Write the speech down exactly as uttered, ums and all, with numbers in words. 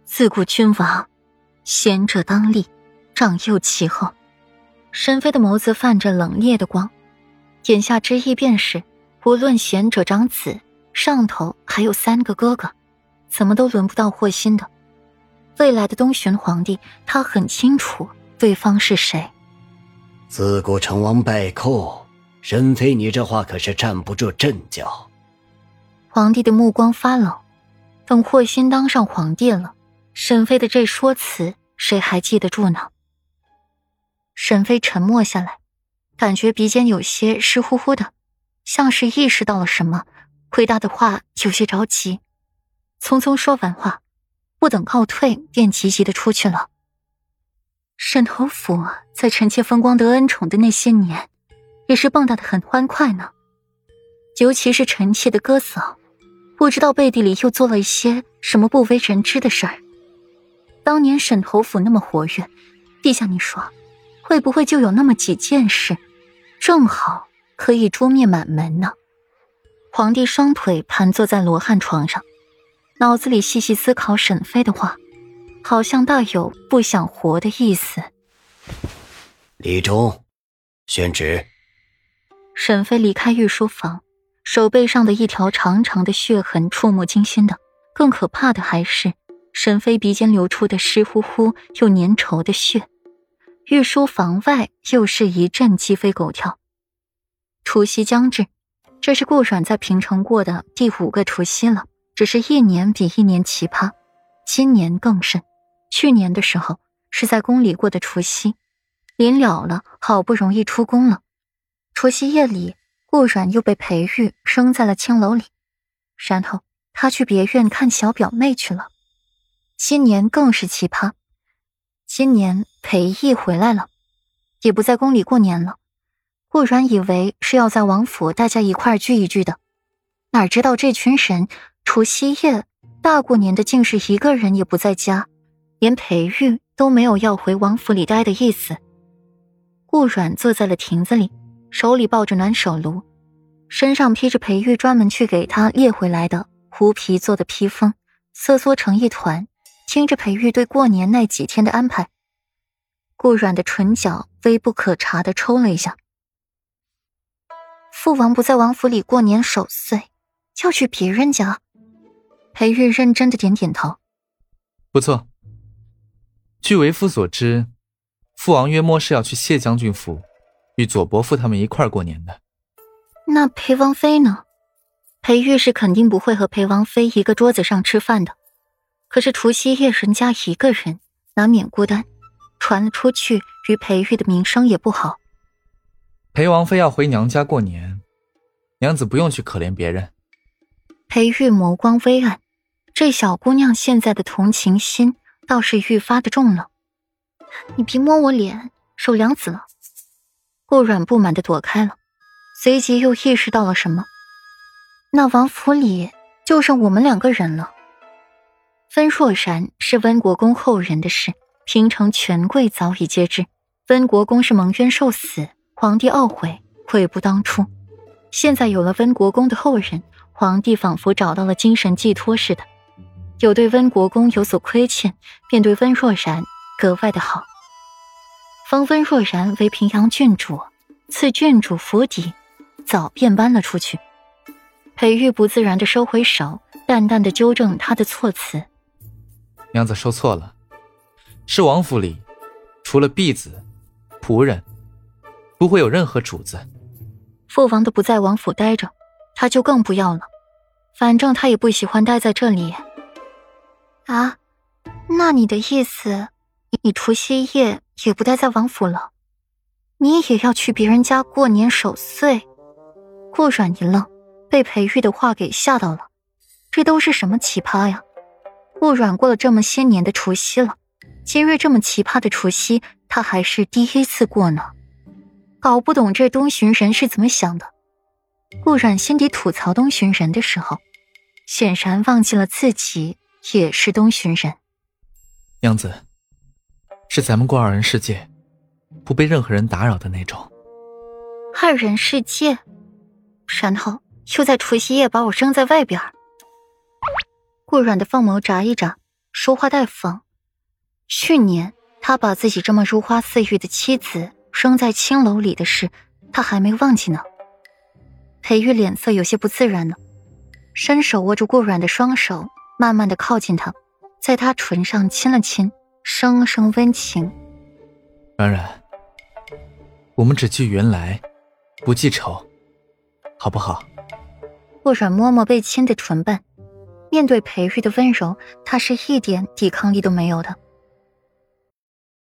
自古君王，贤者当立，长幼其后。沈飞的眸子泛着冷冽的光，言下之意便是，无论贤者长子，上头还有三个哥哥，怎么都轮不到霍心的。未来的东巡皇帝，他很清楚对方是谁。 自古成王败寇，沈飞你这话可是站不住阵脚。 皇帝的目光发冷，等霍心当上皇帝了，沈飞的这说辞谁还记得住呢？沈飞沉默下来，感觉鼻尖有些湿乎乎的，像是意识到了什么，回答的话有些着急，匆匆说完话，不等告退便急急地出去了。沈头府在臣妾风光得恩宠的那些年，也是蹦跶得很欢快呢。尤其是臣妾的哥嫂，不知道背地里又做了一些什么不为人知的事儿。当年沈头府那么活跃，陛下你说，会不会就有那么几件事，正好可以诛灭满门呢？皇帝双腿盘坐在罗汉床上，脑子里细细思考沈飞的话，好像大有不想活的意思。 李忠，宣旨。 沈飞离开御书房，手背上的一条长长的血痕触目惊心的，更可怕的还是沈飞鼻尖流出的湿乎乎又粘稠的血。御书房外又是一阵鸡飞狗跳。除夕将至，这是顾阮在平城过的第五个除夕了，只是一年比一年奇葩，今年更甚。去年的时候是在宫里过的除夕，临了了，好不容易出宫了。除夕夜里，顾阮又被裴玉扔在了青楼里，然后他去别院看小表妹去了。今年更是奇葩，今年裴毅回来了，也不在宫里过年了。顾阮以为是要在王府大家一块儿聚一聚的，哪知道这群人除夕夜大过年的竟是一个人也不在家，连裴玉都没有要回王府里待的意思。顾阮坐在了亭子里，手里抱着暖手炉，身上披着裴玉专门去给他猎回来的狐皮做的披风，瑟缩成一团，听着裴玉对过年那几天的安排。顾阮的唇角微不可察地抽了一下。父王不在王府里过年守岁，要去别人家。裴玉认真的点点头。 不错。据为夫所知，父王约莫是要去谢将军府与左伯父他们一块儿过年的。 那裴王妃呢？裴玉是肯定不会和裴王妃一个桌子上吃饭的，可是除夕夜人家一个人，难免孤单，传了出去，于裴玉的名声也不好。 裴王妃要回娘家过年，娘子不用去可怜别人。 裴玉眸光微暗，这小姑娘现在的同情心倒是愈发的重了。你别摸我脸，手凉死了。顾阮不满地躲开了，随即又意识到了什么。那王府里就剩我们两个人了。温若然是温国公后人的事，平城权贵早已皆知。温国公是蒙冤受死，皇帝懊悔，悔不当初。现在有了温国公的后人，皇帝仿佛找到了精神寄托似的，有对温国公有所亏欠，便对温若然格外的好，封温若然为平阳郡主，赐郡主府邸，早便搬了出去。裴玉不自然地收回手，淡淡地纠正他的措辞。 娘子说错了，是王府里除了婢子、仆人，不会有任何主子。 父王都不在王府待着，他就更不要了，反正他也不喜欢待在这里。啊，那你的意思，你除夕夜也不待在王府了？你也要去别人家过年守岁？顾阮一愣，被裴玉的话给吓到了。这都是什么奇葩呀？顾阮过了这么些年的除夕了，今日这么奇葩的除夕，他还是第一次过呢。搞不懂这东巡人是怎么想的。顾阮心底吐槽东巡人的时候，显然忘记了自己也是东巡人。 娘子，是咱们过二人世界，不被任何人打扰的那种。 二人世界？然后又在除夕夜把我扔在外边。顾阮的凤眸眨一眨， 说话带放。去年他把自己这么如花似玉的妻子扔在青楼里的事，他还没忘记呢。裴玉脸色有些不自然呢，伸手握住顾软的双手，慢慢的靠近他，在他唇上亲了亲，声声温情。 软软，我们只记原来，不记仇，好不好？ 顾软摸摸被亲的唇瓣，面对裴玉的温柔，他是一点抵抗力都没有的。